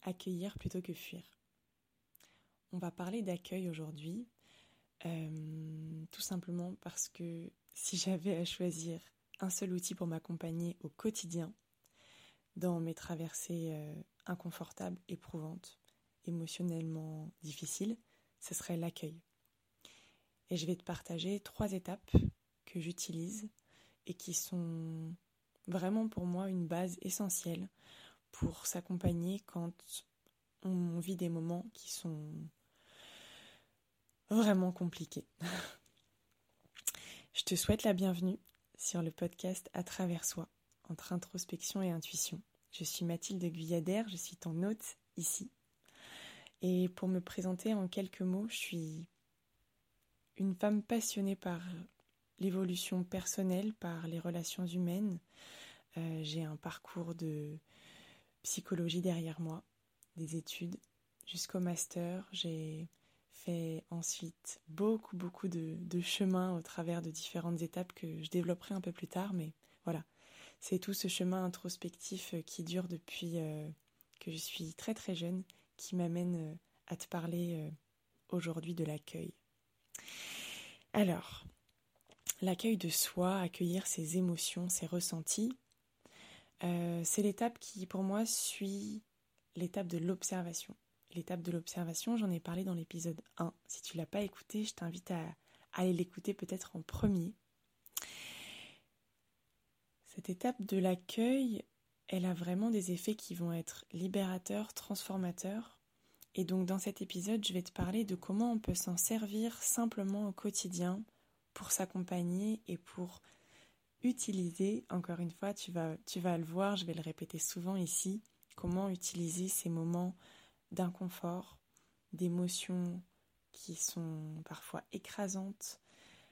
accueillir plutôt que fuir. On va parler d'accueil aujourd'hui, tout simplement parce que si j'avais à choisir un seul outil pour m'accompagner au quotidien, dans mes traversées inconfortables, éprouvantes, émotionnellement difficiles, ce serait l'accueil. Et je vais te partager 3 étapes que j'utilise et qui sont vraiment pour moi une base essentielle pour s'accompagner quand on vit des moments qui sont vraiment compliqués. Je te souhaite la bienvenue sur le podcast À travers soi, entre introspection et intuition. Je suis Mathilde Guyadère, je suis ton hôte ici. Et pour me présenter en quelques mots, je suis une femme passionnée par l'évolution personnelle, par les relations humaines. J'ai un parcours de psychologie derrière moi, des études jusqu'au master. J'ai fait ensuite beaucoup de chemin au travers de différentes étapes que je développerai un peu plus tard. Mais voilà, c'est tout ce chemin introspectif qui dure depuis que je suis très jeune, qui m'amène à te parler aujourd'hui de l'accueil. Alors, l'accueil de soi, accueillir ses émotions, ses ressentis, c'est l'étape qui, pour moi, suit l'étape de l'observation. L'étape de l'observation, j'en ai parlé dans l'épisode 1. Si tu ne l'as pas écouté, je t'invite à aller l'écouter peut-être en premier. Cette étape de l'accueil, elle a vraiment des effets qui vont être libérateurs, transformateurs. Et donc dans cet épisode, je vais te parler de comment on peut s'en servir simplement au quotidien pour s'accompagner et pour utiliser, encore une fois, tu vas le voir, je vais le répéter souvent ici, comment utiliser ces moments d'inconfort, d'émotions qui sont parfois écrasantes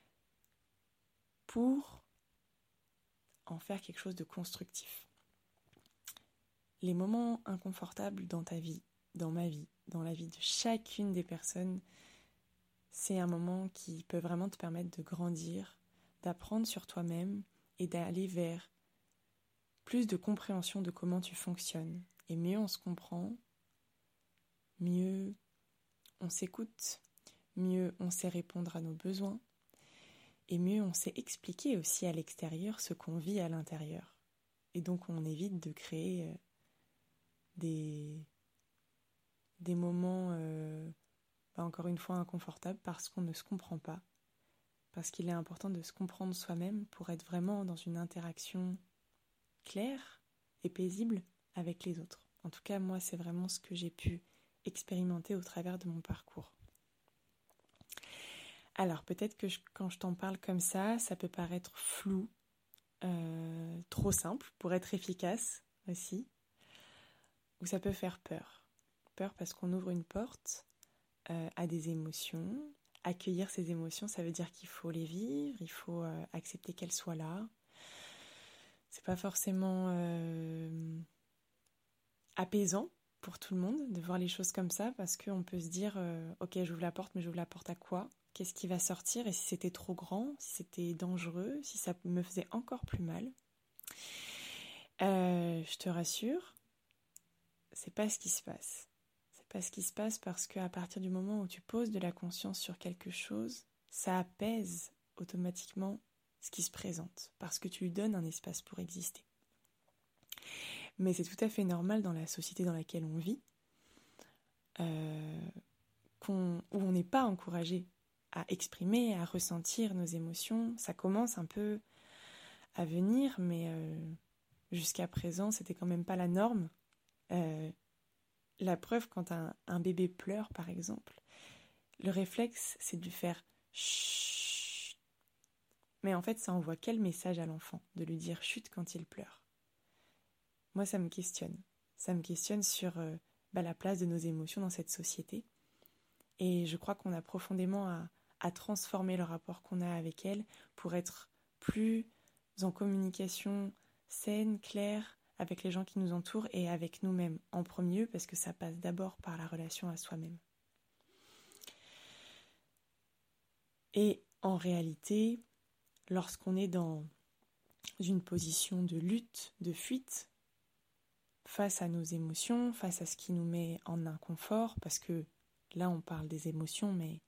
pour en faire quelque chose de constructif. Les moments inconfortables dans ta vie, dans ma vie, dans la vie de chacune des personnes, c'est un moment qui peut vraiment te permettre de grandir, d'apprendre sur toi-même et d'aller vers plus de compréhension de comment tu fonctionnes. Et mieux on se comprend, mieux on s'écoute, mieux on sait répondre à nos besoins, et mieux on sait expliquer aussi à l'extérieur ce qu'on vit à l'intérieur. Et donc on évite de créer des moments, encore une fois, inconfortables parce qu'on ne se comprend pas. Parce qu'il est important de se comprendre soi-même pour être vraiment dans une interaction claire et paisible avec les autres. En tout cas, moi, c'est vraiment ce que j'ai pu expérimenter au travers de mon parcours. Alors, peut-être que quand je t'en parle comme ça peut paraître flou, trop simple pour être efficace aussi, ou ça peut faire peur. Peur parce qu'on ouvre une porte à des émotions. Accueillir ces émotions, ça veut dire qu'il faut les vivre, il faut accepter qu'elles soient là. C'est pas forcément apaisant pour tout le monde de voir les choses comme ça, parce qu'on peut se dire ok, j'ouvre la porte, mais j'ouvre la porte à quoi ? Qu'est-ce qui va sortir ? Et si c'était trop grand, si c'était dangereux, si ça me faisait encore plus mal ? Je te rassure, c'est pas ce qui se passe. C'est pas ce qui se passe parce qu'à partir du moment où tu poses de la conscience sur quelque chose, ça apaise automatiquement ce qui se présente, parce que tu lui donnes un espace pour exister. Mais c'est tout à fait normal dans la société dans laquelle on vit, où on n'est pas encouragé à exprimer, à ressentir nos émotions. Ça commence un peu à venir, mais jusqu'à présent, c'était quand même pas la norme. La preuve, quand un bébé pleure, par exemple, le réflexe, c'est de lui faire chut. Mais en fait, ça envoie quel message à l'enfant de lui dire chut quand il pleure ? Moi, ça me questionne. Ça me questionne sur la place de nos émotions dans cette société. Et je crois qu'on a profondément à transformer le rapport qu'on a avec elles pour être plus en communication saine, claire, avec les gens qui nous entourent et avec nous-mêmes en premier lieu, parce que ça passe d'abord par la relation à soi-même. Et en réalité, lorsqu'on est dans une position de lutte, de fuite, face à nos émotions, face à ce qui nous met en inconfort, parce que là on parle des émotions, mais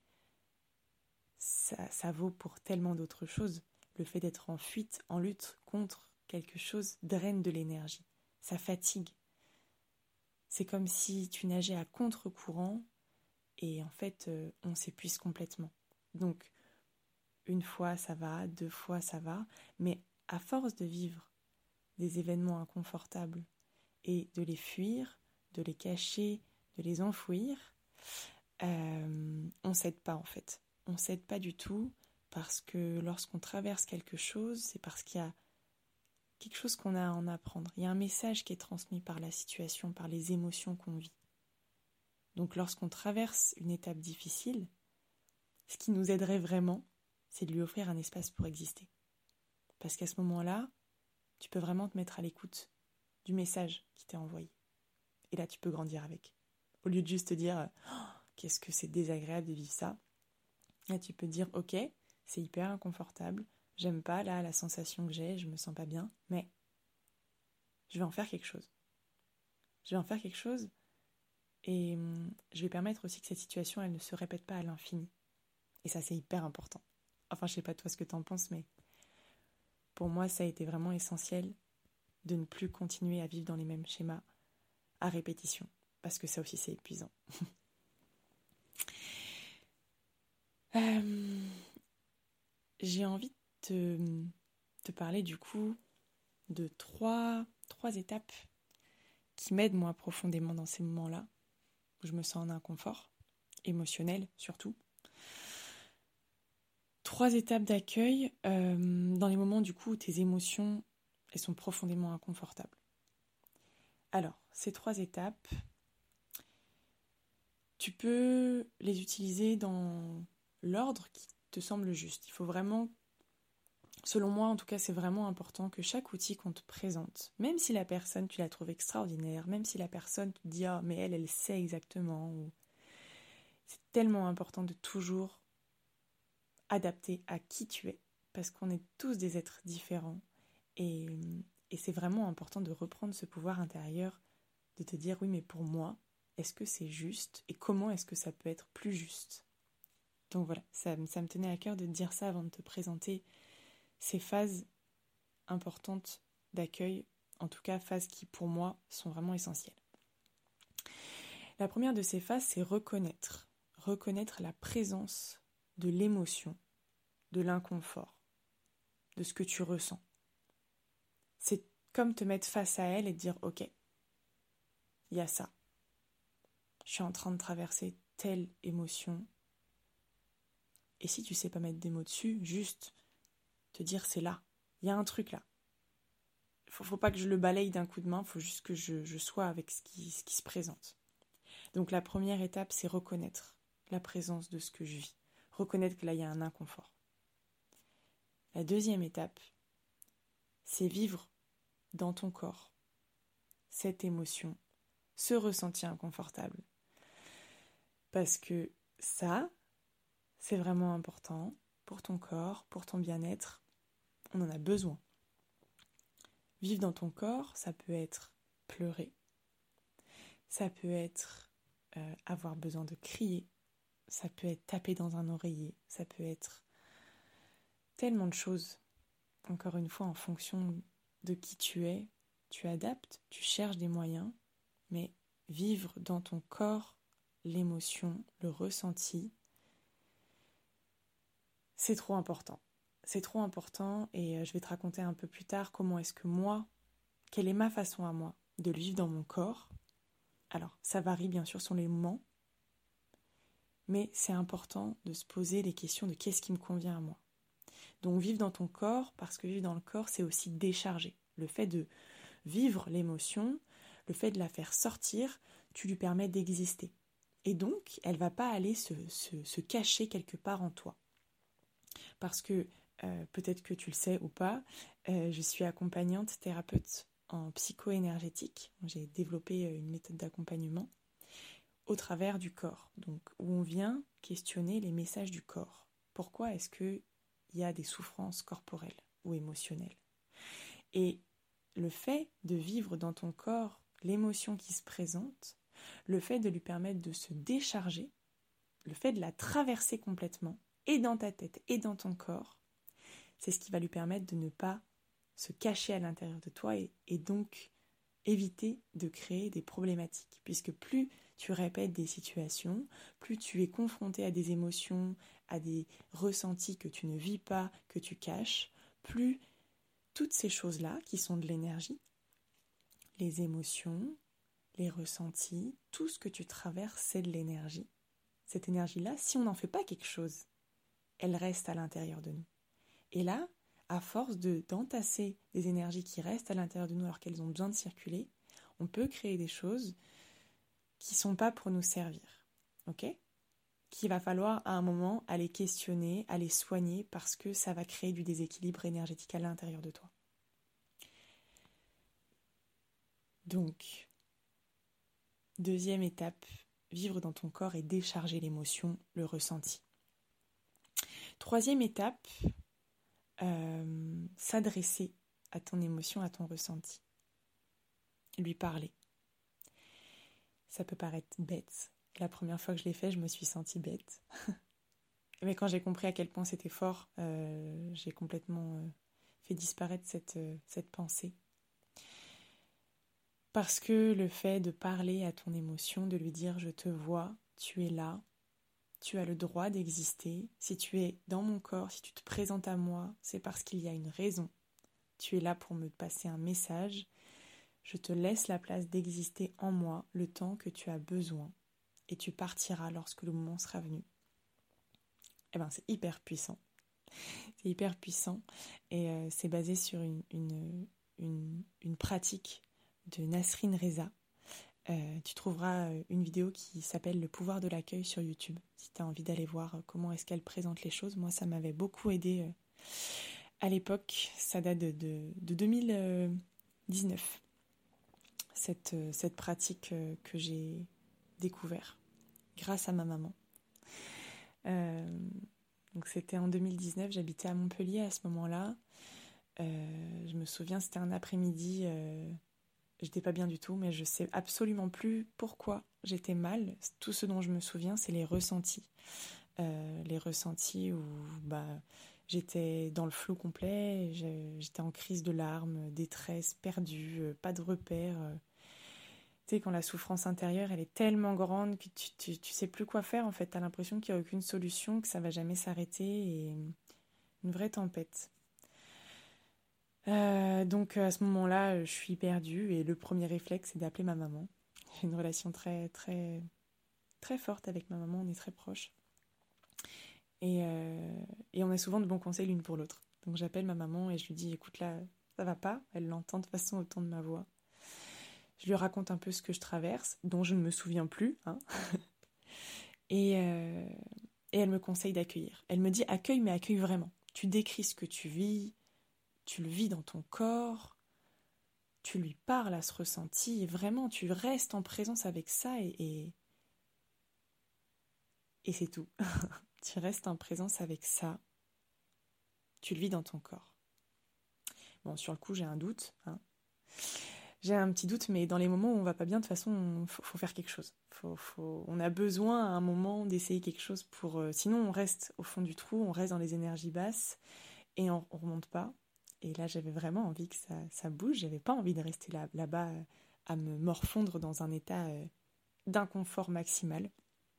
ça vaut pour tellement d'autres choses. Le fait d'être en fuite, en lutte contre quelque chose draine de l'énergie, ça fatigue. C'est comme si tu nageais à contre-courant et en fait on s'épuise complètement. Donc une fois ça va, 2 fois ça va, mais à force de vivre des événements inconfortables et de les fuir, de les cacher, de les enfouir, on cède pas en fait. On cède pas du tout parce que lorsqu'on traverse quelque chose, c'est parce qu'il y a quelque chose qu'on a à en apprendre. Il y a un message qui est transmis par la situation, par les émotions qu'on vit. Donc lorsqu'on traverse une étape difficile, ce qui nous aiderait vraiment, c'est de lui offrir un espace pour exister. Parce qu'à ce moment-là, tu peux vraiment te mettre à l'écoute du message qui t'est envoyé. Et là, tu peux grandir avec. Au lieu de juste te dire oh, qu'est-ce que c'est désagréable de vivre ça. Là, tu peux te dire ok, c'est hyper inconfortable, j'aime pas là la sensation que j'ai, je me sens pas bien, mais je vais en faire quelque chose. Je vais en faire quelque chose et je vais permettre aussi que cette situation, elle ne se répète pas à l'infini. Et ça, c'est hyper important. Enfin, je sais pas toi ce que t'en penses, mais pour moi, ça a été vraiment essentiel de ne plus continuer à vivre dans les mêmes schémas à répétition. Parce que ça aussi, c'est épuisant. J'ai envie de te parler du coup de trois étapes qui m'aident moi profondément dans ces moments-là, où je me sens en inconfort, émotionnel surtout. 3 étapes d'accueil dans les moments du coup où tes émotions elles sont profondément inconfortables. Alors, ces 3 étapes, tu peux les utiliser dans l'ordre qui te semble juste. Il faut vraiment, selon moi en tout cas, c'est vraiment important que chaque outil qu'on te présente, même si la personne, tu la trouves extraordinaire, même si la personne te dit « Ah, mais elle sait exactement », ou... c'est tellement important de toujours adapter à qui tu es, parce qu'on est tous des êtres différents, et c'est vraiment important de reprendre ce pouvoir intérieur, de te dire « Oui, mais pour moi, est-ce que c'est juste et comment est-ce que ça peut être plus juste ?» Donc voilà, ça me tenait à cœur de te dire ça avant de te présenter ces phases importantes d'accueil, en tout cas phases qui pour moi sont vraiment essentielles. La première de ces phases, c'est reconnaître la présence de l'émotion, de l'inconfort, de ce que tu ressens. C'est comme te mettre face à elle et te dire « Ok, il y a ça. Je suis en train de traverser telle émotion. » Et si tu sais pas mettre des mots dessus, juste te dire c'est là. Il y a un truc là. Faut pas que je le balaye d'un coup de main, faut juste que je sois avec ce qui se présente. Donc la première étape, c'est reconnaître la présence de ce que je vis. Reconnaître que là, il y a un inconfort. La deuxième étape, c'est vivre dans ton corps cette émotion, ce ressenti inconfortable. Parce que ça, c'est vraiment important pour ton corps, pour ton bien-être. On en a besoin. Vivre dans ton corps, ça peut être pleurer, ça peut être avoir besoin de crier, ça peut être taper dans un oreiller, ça peut être tellement de choses. Encore une fois, en fonction de qui tu es, tu adaptes, tu cherches des moyens, mais vivre dans ton corps l'émotion, le ressenti, c'est trop important. C'est trop important et je vais te raconter un peu plus tard comment est-ce que moi, quelle est ma façon à moi de le vivre dans mon corps. Alors, ça varie bien sûr selon les moments, mais c'est important de se poser les questions de qu'est-ce qui me convient à moi. Donc vivre dans ton corps, parce que vivre dans le corps, c'est aussi décharger. Le fait de vivre l'émotion, le fait de la faire sortir, tu lui permets d'exister. Et donc, elle ne va pas aller se cacher quelque part en toi. Parce que, peut-être que tu le sais ou pas, je suis accompagnante thérapeute en psycho-énergétique. J'ai développé une méthode d'accompagnement au travers du corps, donc où on vient questionner les messages du corps. Pourquoi est-ce qu'il y a des souffrances corporelles ou émotionnelles ? Et le fait de vivre dans ton corps l'émotion qui se présente, le fait de lui permettre de se décharger, le fait de la traverser complètement, et dans ta tête et dans ton corps, c'est ce qui va lui permettre de ne pas se cacher à l'intérieur de toi et donc éviter de créer des problématiques. Puisque plus tu répètes des situations, plus tu es confronté à des émotions, à des ressentis que tu ne vis pas, que tu caches, plus toutes ces choses-là qui sont de l'énergie, les émotions, les ressentis, tout ce que tu traverses, c'est de l'énergie. Cette énergie-là, si on n'en fait pas quelque chose, elle reste à l'intérieur de nous. Et là, à force d'entasser des énergies qui restent à l'intérieur de nous alors qu'elles ont besoin de circuler, on peut créer des choses qui ne sont pas pour nous servir. Ok ? Qu'il va falloir à un moment aller questionner, aller soigner parce que ça va créer du déséquilibre énergétique à l'intérieur de toi. Donc, deuxième étape, vivre dans ton corps et décharger l'émotion, le ressenti. Troisième étape, s'adresser à ton émotion, à ton ressenti. Lui parler. Ça peut paraître bête. La première fois que je l'ai fait, je me suis sentie bête. Mais quand j'ai compris à quel point c'était fort, j'ai complètement fait disparaître cette pensée. Parce que le fait de parler à ton émotion, de lui dire « je te vois, tu es là, tu as le droit d'exister. Si tu es dans mon corps, si tu te présentes à moi, c'est parce qu'il y a une raison. Tu es là pour me passer un message. Je te laisse la place d'exister en moi le temps que tu as besoin. Et tu partiras lorsque le moment sera venu. » Eh bien, c'est hyper puissant. C'est hyper puissant. Et c'est basé sur une pratique de Nasrin Reza. Tu trouveras une vidéo qui s'appelle « Le pouvoir de l'accueil » sur YouTube, si tu as envie d'aller voir comment est-ce qu'elle présente les choses. Moi, ça m'avait beaucoup aidé à l'époque. Ça date de 2019, cette pratique que j'ai découvert grâce à ma maman. Donc c'était en 2019, j'habitais à Montpellier à ce moment-là. Je me souviens, c'était un après-midi... J'étais pas bien du tout, mais je sais absolument plus pourquoi j'étais mal. Tout ce dont je me souviens, c'est les ressentis. Les ressentis où j'étais dans le flou complet, j'étais en crise de larmes, détresse, perdue, pas de repères. Tu sais, quand la souffrance intérieure, elle est tellement grande que tu sais plus quoi faire, en fait. T'as l'impression qu'il n'y a aucune solution, que ça va jamais s'arrêter, et une vraie tempête. Donc à ce moment-là, je suis perdue et le premier réflexe, c'est d'appeler ma maman. J'ai une relation très, très, très forte avec ma maman, on est très proches. Et on a souvent de bons conseils l'une pour l'autre. Donc j'appelle ma maman et je lui dis, écoute là, ça va pas. Elle l'entend de toute façon au ton de ma voix. Je lui raconte un peu ce que je traverse, dont je ne me souviens plus. Hein. Et elle me conseille d'accueillir. Elle me dit, accueille, mais accueille vraiment. Tu décris ce que tu vis. Tu le vis dans ton corps, tu lui parles à ce ressenti, et vraiment, tu restes en présence avec ça, et c'est tout. Tu restes en présence avec ça, tu le vis dans ton corps. Bon, sur le coup, j'ai un doute. Hein. J'ai un petit doute, mais dans les moments où on va pas bien, de toute façon, faut faire quelque chose. On a besoin à un moment d'essayer quelque chose pour... sinon, on reste au fond du trou, on reste dans les énergies basses, et on remonte pas. Et là, j'avais vraiment envie que ça bouge. J'avais pas envie de rester là-bas à me morfondre dans un état d'inconfort maximal.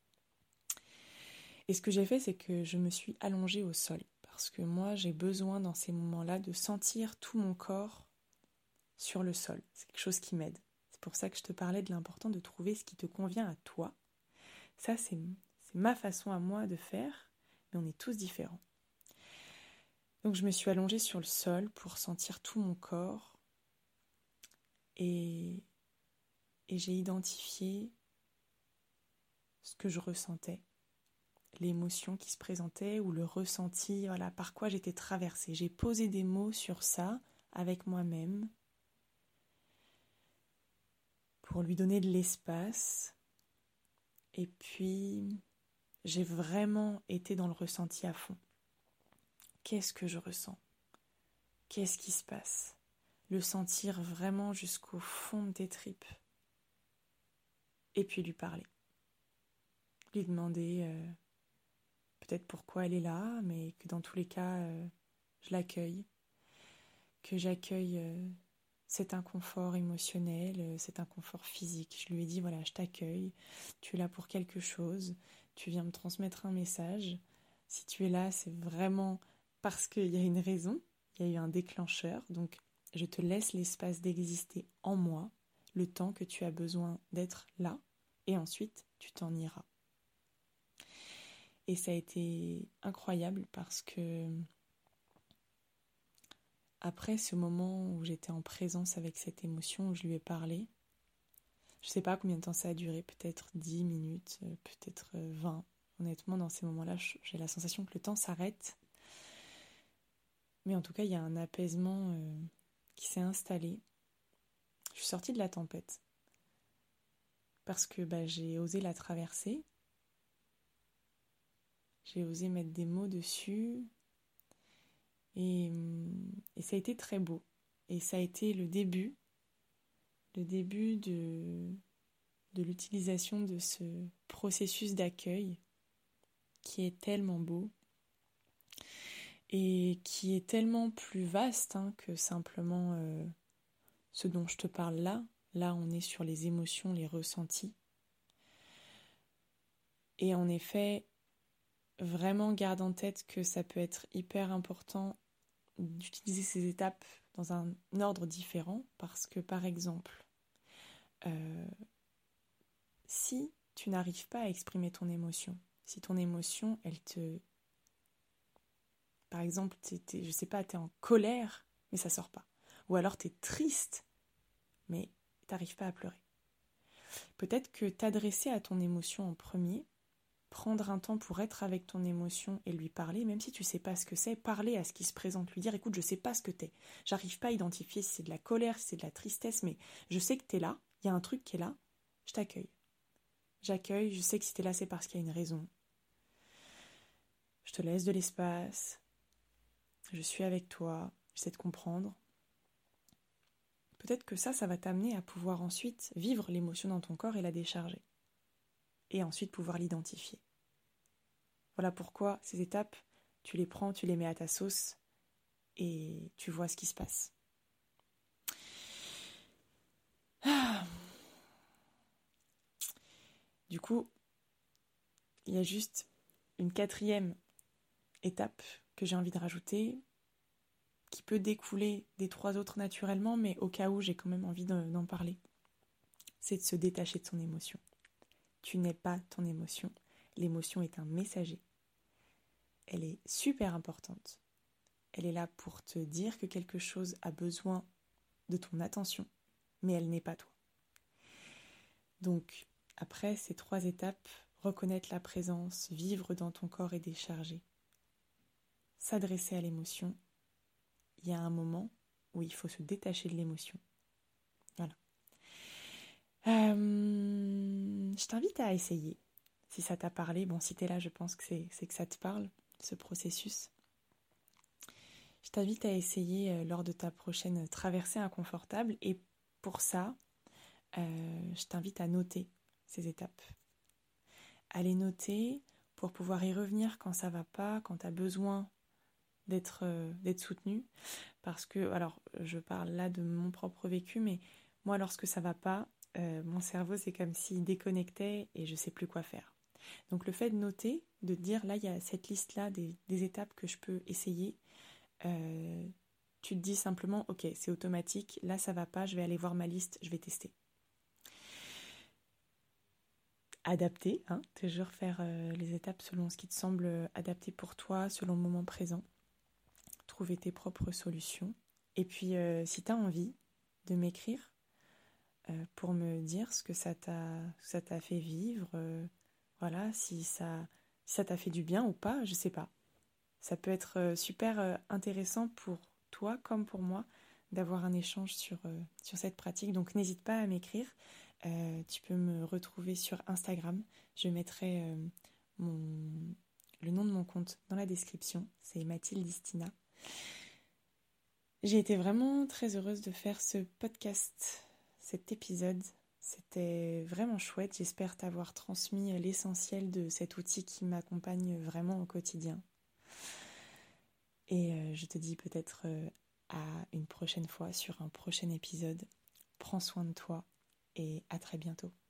Et ce que j'ai fait, c'est que je me suis allongée au sol. Parce que moi, j'ai besoin dans ces moments-là de sentir tout mon corps sur le sol. C'est quelque chose qui m'aide. C'est pour ça que je te parlais de l'important de trouver ce qui te convient à toi. Ça, c'est ma façon à moi de faire, mais on est tous différents. Donc je me suis allongée sur le sol pour sentir tout mon corps et j'ai identifié ce que je ressentais, l'émotion qui se présentait ou le ressenti, voilà, par quoi j'étais traversée. J'ai posé des mots sur ça avec moi-même pour lui donner de l'espace, et puis j'ai vraiment été dans le ressenti à fond. Qu'est-ce que je ressens ? Qu'est-ce qui se passe ? Le sentir vraiment jusqu'au fond de tes tripes. et puis lui parler. Lui demander peut-être pourquoi elle est là, mais que dans tous les cas, je l'accueille, que j'accueille cet inconfort émotionnel, cet inconfort physique. Je lui ai dit, voilà, je t'accueille, tu es là pour quelque chose, tu viens me transmettre un message. Si tu es là, c'est vraiment parce qu'il y a une raison, il y a eu un déclencheur, donc je te laisse l'espace d'exister en moi, le temps que tu as besoin d'être là, et ensuite tu t'en iras. Et ça a été incroyable parce que après ce moment où j'étais en présence avec cette émotion, où je lui ai parlé, je ne sais pas combien de temps ça a duré, peut-être 10 minutes, peut-être 20. Honnêtement, dans ces moments-là, j'ai la sensation que le temps s'arrête. Mais en tout cas, il y a un apaisement qui s'est installé. Je suis sortie de la tempête parce que j'ai osé la traverser. J'ai osé mettre des mots dessus. Et ça a été très beau. Et ça a été le début de l'utilisation de ce processus d'accueil qui est tellement beau et qui est tellement plus vaste que simplement ce dont je te parle là. Là, on est sur les émotions, les ressentis. Et en effet, vraiment garde en tête que ça peut être hyper important d'utiliser ces étapes dans un ordre différent parce que, par exemple, si tu n'arrives pas à exprimer ton émotion, si ton émotion, par exemple, je sais pas, t'es en colère, mais ça sort pas. Ou alors t'es triste, mais t'arrives pas à pleurer. Peut-être que t'adresser à ton émotion en premier, prendre un temps pour être avec ton émotion et lui parler, même si tu sais pas ce que c'est, parler à ce qui se présente, lui dire, écoute, je sais pas ce que t'es, j'arrive pas à identifier si c'est de la colère, si c'est de la tristesse, mais je sais que t'es là, il y a un truc qui est là, je t'accueille. J'accueille, je sais que si t'es là, c'est parce qu'il y a une raison. Je te laisse de l'espace, je suis avec toi, j'essaie de comprendre. Peut-être que ça va t'amener à pouvoir ensuite vivre l'émotion dans ton corps et la décharger. Et ensuite pouvoir l'identifier. Voilà pourquoi ces étapes, tu les prends, tu les mets à ta sauce et tu vois ce qui se passe. Du coup, il y a juste une 4e étape que j'ai envie de rajouter, qui peut découler des 3 autres naturellement, mais au cas où j'ai quand même envie d'en parler. C'est de se détacher de son émotion. Tu n'es pas ton émotion. L'émotion est un messager. Elle est super importante. Elle est là pour te dire que quelque chose a besoin de ton attention, mais elle n'est pas toi. Donc, après ces 3 étapes, reconnaître la présence, vivre dans ton corps et décharger, s'adresser à l'émotion, il y a un moment où il faut se détacher de l'émotion. Voilà. Je t'invite à essayer. Si ça t'a parlé, bon, si t'es là, je pense que c'est que ça te parle, ce processus. Je t'invite à essayer lors de ta prochaine traversée inconfortable. Et pour ça, je t'invite à noter ces étapes. À les noter pour pouvoir y revenir quand ça va pas, quand tu as besoin d'être soutenu. Parce que, alors, je parle là de mon propre vécu, mais moi, lorsque ça va pas, mon cerveau, c'est comme s'il déconnectait et je sais plus quoi faire. Donc le fait de noter, de dire là, il y a cette liste-là des étapes que je peux essayer, tu te dis simplement, ok, c'est automatique, là ça va pas, je vais aller voir ma liste, je vais tester. Adapter, toujours faire les étapes selon ce qui te semble adapté pour toi, selon le moment présent. Trouver tes propres solutions. Et puis si tu as envie de m'écrire pour me dire ce que ça t'a fait vivre, voilà, si ça t'a fait du bien ou pas, je sais pas. Ça peut être super intéressant pour toi comme pour moi d'avoir un échange sur cette pratique. Donc n'hésite pas à m'écrire. Tu peux me retrouver sur Instagram. Je mettrai le nom de mon compte dans la description. C'est Mathilde Istina. J'ai été vraiment très heureuse de faire ce podcast, cet épisode. C'était vraiment chouette. J'espère t'avoir transmis l'essentiel de cet outil qui m'accompagne vraiment au quotidien. Et je te dis peut-être à une prochaine fois sur un prochain épisode. Prends soin de toi et à très bientôt.